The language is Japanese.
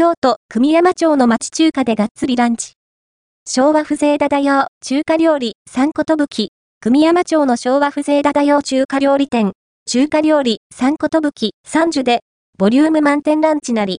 京都、久御山町の町中華でがっつりランチ。昭和風情だよ、中華料理、三寿、久御山町の昭和風情だよ中華料理店、中華料理、三寿、三樹で、ボリューム満点ランチなり。